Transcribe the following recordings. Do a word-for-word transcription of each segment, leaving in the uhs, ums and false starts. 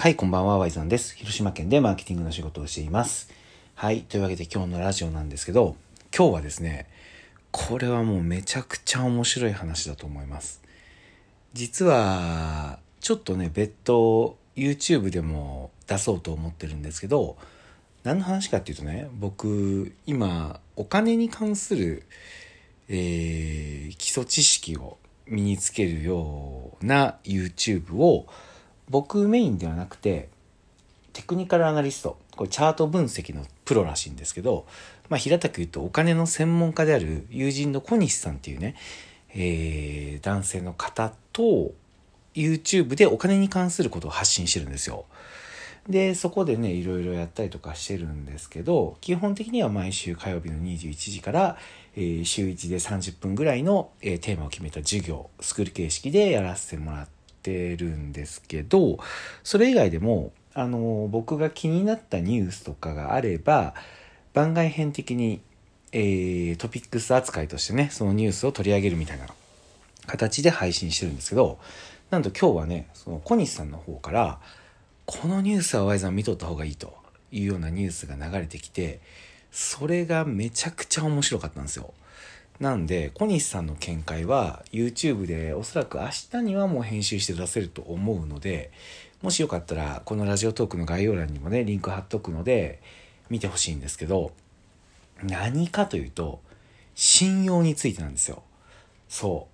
はい、こんばんは、ワイザンです。広島県でマーケティングの仕事をしています。はい、というわけで今日のラジオなんですけど、今日はですね、これはもうめちゃくちゃ面白い話だと思います。実は、ちょっとね、別途 YouTube でも出そうと思ってるんですけど、何の話かっていうとね、僕、今、お金に関する、えー基礎知識を身につけるような YouTube を僕メインではなくてテクニカルアナリスト、これチャート分析のプロらしいんですけど、まあ、平たく言うとお金の専門家である友人の小西さんっていうね、えー男性の方と YouTube でお金に関することを発信してるんですよ。でそこでねいろいろやったりとかしてるんですけど、基本的には毎週火曜日のにじゅういちじから、えー週いちでさんじゅっぷんぐらいの、えーテーマを決めた授業、スクール形式でやらせてもらってるんですけど、それ以外でもあのー僕が気になったニュースとかがあれば番外編的に、えートピックス扱いとしてねそのニュースを取り上げるみたいな形で配信してるんですけど、なんと今日はねその小西さんの方からこのニュースはワイザン見とった方がいいというようなニュースが流れてきて、それがめちゃくちゃ面白かったんですよ。なんで小西さんの見解は YouTube でおそらく明日にはもう編集して出せると思うので、もしよかったらこのラジオトークの概要欄にもねリンク貼っとくので見てほしいんですけど、何かというと信用についてなんですよ。そう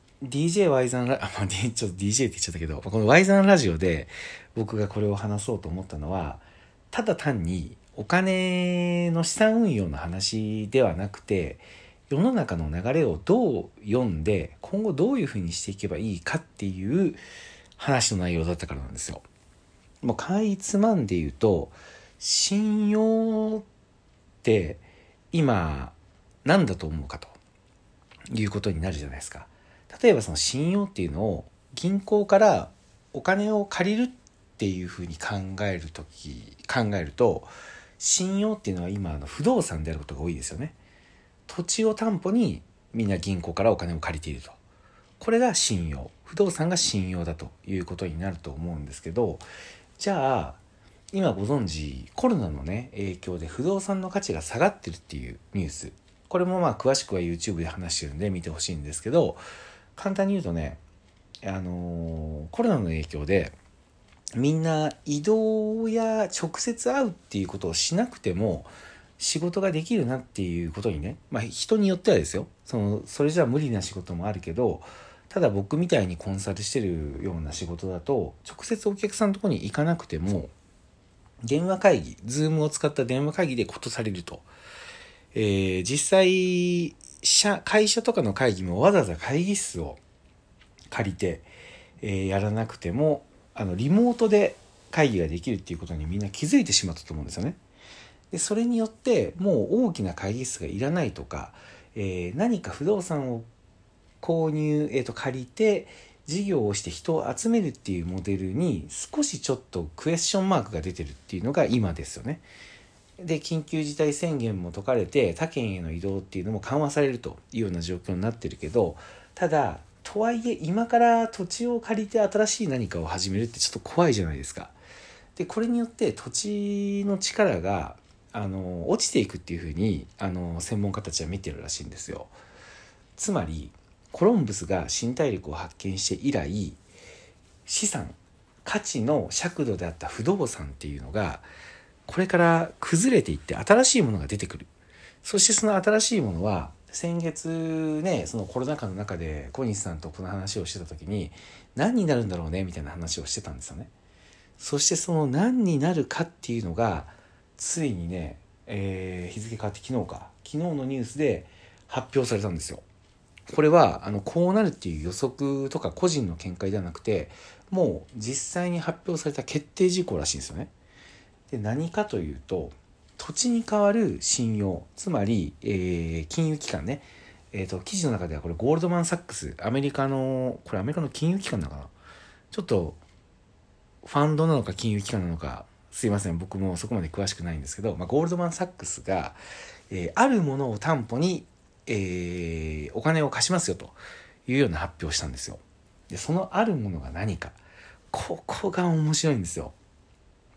ディージェー ワイザンラ、まあ、ちょっと ディージェー って言っちゃったけど、このワイザンラジオで僕がこれを話そうと思ったのは、ただ単にお金の資産運用の話ではなくて、世の中の流れをどう読んで今後どういうふうにしていけばいいかっていう話の内容だったからなんですよ。もうかいつまんで言うと、信用って今何だと思うかということになるじゃないですか。例えばその信用っていうのを銀行からお金を借りるっていうふうに考えるとき考えると、信用っていうのは今の不動産であることが多いですよね。土地を担保にみんな銀行からお金を借りていると、これが信用、不動産が信用だということになると思うんですけど、じゃあ今ご存知コロナのね影響で不動産の価値が下がってるっていうニュース、これもまあ詳しくは YouTube で話してるんで見てほしいんですけど、簡単に言うとね、あのーコロナの影響でみんな移動や直接会うっていうことをしなくても仕事ができるなっていうことにね、まあ人によってはですよ、そのそれじゃ無理な仕事もあるけど、ただ僕みたいにコンサルしてるような仕事だと直接お客さんのところに行かなくても電話会議、ズームを使った電話会議でことされると、えー実際社会社とかの会議もわざわざ会議室を借りて、えーやらなくてもあのリモートで会議ができるっていうことにみんな気づいてしまったと思うんですよね。でそれによってもう大きな会議室がいらないとか、えー何か不動産を購入、えーと借りて事業をして人を集めるっていうモデルに少しちょっとクエスチョンマークが出てるっていうのが今ですよね。で緊急事態宣言も解かれて他県への移動っていうのも緩和されるというような状況になってるけど、ただとはいえ今から土地を借りて新しい何かを始めるってちょっと怖いじゃないですか。でこれによって土地の力があの落ちていくっていうふうにあの専門家たちは見てるらしいんですよ。つまりコロンブスが新大陸を発見して以来、資産価値の尺度であった不動産っていうのがこれから崩れていって新しいものが出てくる。そしてその新しいものは先月ねそのコロナ禍の中で小西さんとこの話をしてた時に何になるんだろうねみたいな話をしてたんですよね。そしてその何になるかっていうのがついにね、えー日付変わって昨日か昨日のニュースで発表されたんですよ。これはあのこうなるっていう予測とか個人の見解ではなくて、もう実際に発表された決定事項らしいんですよね。で何かというと、土地に代わる信用、つまり、えー金融機関ね、えーと記事の中ではこれゴールドマンサックス、アメリカのこれアメリカの金融機関なのかな、ちょっとファンドなのか金融機関なのかすいません僕もそこまで詳しくないんですけど、まあ、ゴールドマンサックスが、えーあるものを担保に、えーお金を貸しますよというような発表をしたんですよ。でそのあるものが何か、ここが面白いんですよ。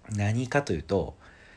何かというと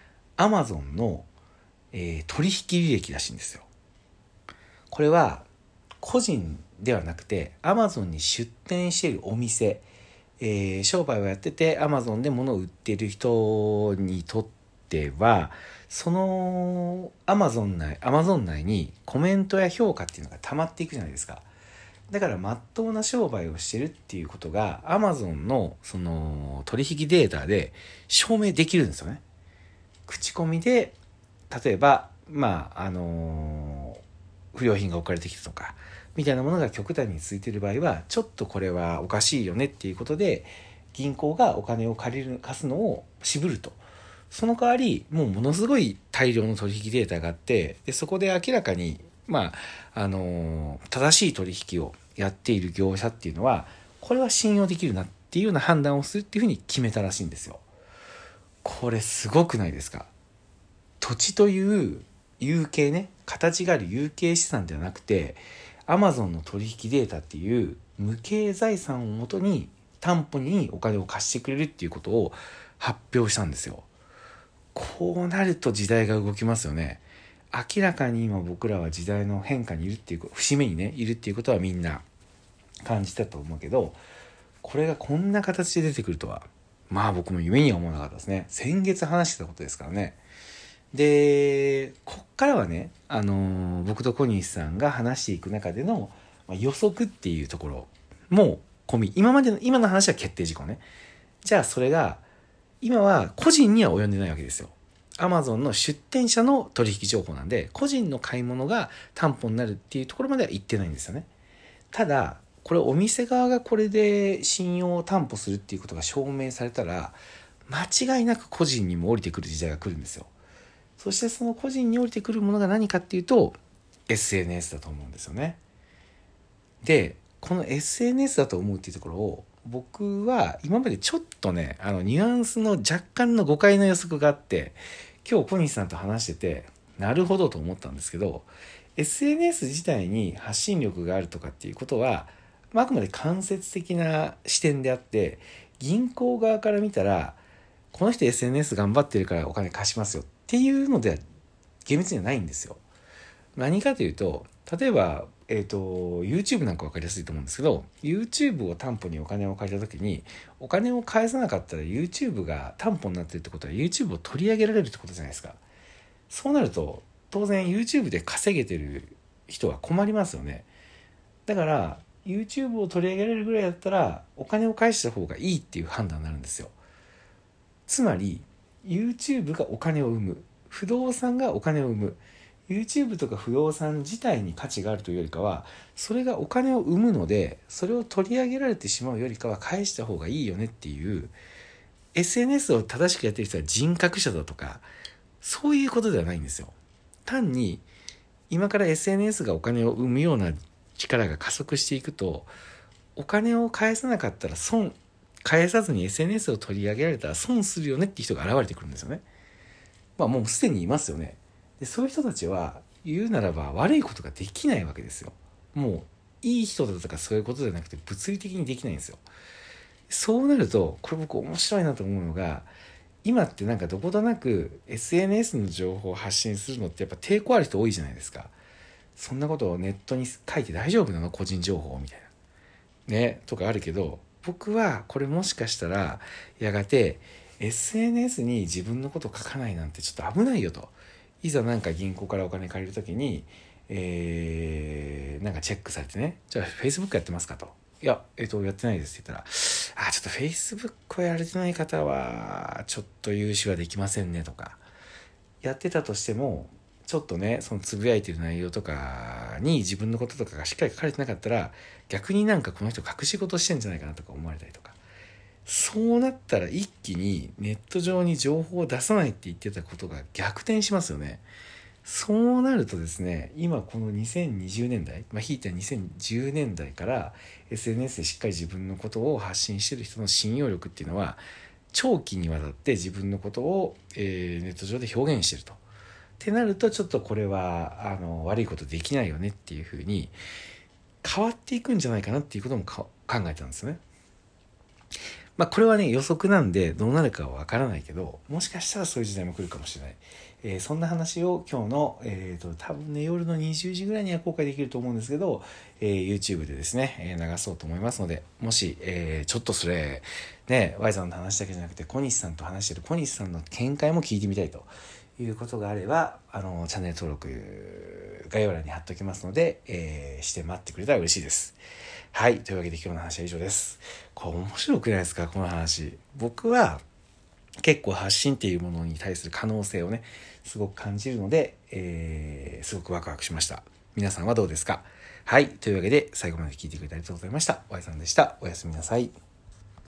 Amazon の、えー取引履歴らしいんですよ。これは個人ではなくて Amazon に出店しているお店、えー商売をやってて Amazon で物を売っている人にとっては、その Amazon 内 Amazon 内にコメントや評価っていうのが溜まっていくじゃないですか。だから真っ当な商売をしてるっていうことが Amazon のその取引データで証明できるんですよね。口コミで例えばまああのー不良品が置かれてきたとかみたいなものが極端についている場合は、ちょっとこれはおかしいよねっていうことで銀行がお金を借りる貸すのを渋ると。その代わりもうものすごい大量の取引データがあって、でそこで明らかにまああのー正しい取引をやっている業者っていうのはこれは信用できるなっていうような判断をするっていうふうに決めたらしいんですよ。これすごくないですか。土地という有形ね、形がある有形資産ではなくて Amazon の取引データっていう無形財産をもとに担保にお金を貸してくれるっていうことを発表したんですよ。こうなると時代が動きますよね。明らかに今僕らは時代の変化にいるっていう節目にねいるっていうことはみんな感じたと思うけど、これがこんな形で出てくるとはまあ僕も夢には思わなかったですね。先月話してたことですからね。でこっからはね、あのー僕と小西さんが話していく中での、まあ、予測っていうところも込み、今までの今の話は決定事項ね。じゃあそれが今は個人には及んでないわけですよ。Amazon の出店者の取引情報なんで、個人の買い物が担保になるっていうところまでは行ってないんですよね。ただこれお店側がこれで信用を担保するっていうことが証明されたら、間違いなく個人にも降りてくる時代が来るんですよ。そしてその個人に降りてくるものが何かっていうと エスエヌエス だと思うんですよね。でこの エスエヌエス だと思うっていうところを僕は今までちょっとね、あのニュアンスの若干の誤解の予測があって、今日小西さんと話しててなるほどと思ったんですけど、 エスエヌエス 自体に発信力があるとかっていうことは、まあ、あくまで間接的な視点であって、銀行側から見たらこの人 エスエヌエス 頑張ってるからお金貸しますよっていうのでは厳密にはないんですよ。何かというと、例えば、えーと、YouTube なんか分かりやすいと思うんですけど、 YouTube を担保にお金を借りた時にお金を返さなかったら YouTube が担保になってるってことは YouTube を取り上げられるってことじゃないですか。そうなると当然 YouTube で稼げてる人は困りますよね。だから YouTube を取り上げられるぐらいだったらお金を返した方がいいっていう判断になるんですよ。つまり YouTube がお金を生む、不動産がお金を生む、 YouTube とか不動産自体に価値があるというよりかは、それがお金を生むのでそれを取り上げられてしまうよりかは返した方がいいよねっていう、 エスエヌエス を正しくやってる人は人格者だとかそういうことではないんですよ。単に今から エスエヌエス がお金を生むような力が加速していくと、お金を返さなかったら損、返さずに エスエヌエス を取り上げられたら損するよねっていう人が現れてくるんですよね。まあもうすでにいますよね。でそういう人たちは言うならば悪いことができないわけですよ。もういい人だとかそういうことじゃなくて物理的にできないんですよ。そうなるとこれ僕面白いなと思うのが、今ってなんかどことなく エスエヌエス の情報を発信するのってやっぱ抵抗ある人多いじゃないですか。そんなことをネットに書いて大丈夫なの個人情報みたいなねとかあるけど、僕はこれもしかしたらやがて エスエヌエス に自分のこと書かないなんてちょっと危ないよと。いざなんか銀行からお金借りるときに、えー、なんかチェックされてね、じゃあ Facebook やってますかと。いや、えっと、やってないですって言ったら、あ、ちょっと Facebook をやられてない方は、ちょっと融資はできませんねとか、やってたとしても、ちょっとね、そのつぶやいてる内容とかに自分のこととかがしっかり書かれてなかったら、逆になんかこの人隠し事してんじゃないかなとか思われたりとか。そうなったら一気にネット上に情報を出さないって言ってたことが逆転しますよね。そうなるとですね、今このにせんにじゅうねんだい、まあ、ひいてはにせんじゅうねんだいから エスエヌエス でしっかり自分のことを発信してる人の信用力っていうのは長期にわたって自分のことを、えー、ネット上で表現してると。ってなるとちょっとこれはあの悪いことできないよねっていうふうに変わっていくんじゃないかなっていうことも考えたんですね。 まあこれはね予測なんでどうなるかはわからないけど、もしかしたらそういう時代も来るかもしれない。えー、そんな話を今日の、えーと、多分ね夜のにじゅうじぐらいには公開できると思うんですけど、えー、YouTube でですね、えー、流そうと思いますので、もし、えー、ちょっとそれね Y さんの話だけじゃなくて小西さんと話してる小西さんの見解も聞いてみたいということがあれば、あのチャンネル登録概要欄に貼っておきますので、えー、して待ってくれたら嬉しいです。はい。というわけで今日の話は以上です。これ面白くないですかこの話。僕は結構発信っていうものに対する可能性をね、すごく感じるので、えー、すごくワクワクしました。皆さんはどうですか？はい。というわけで最後まで聞いてくれてありがとうございました。Y さんでした。おやすみなさい。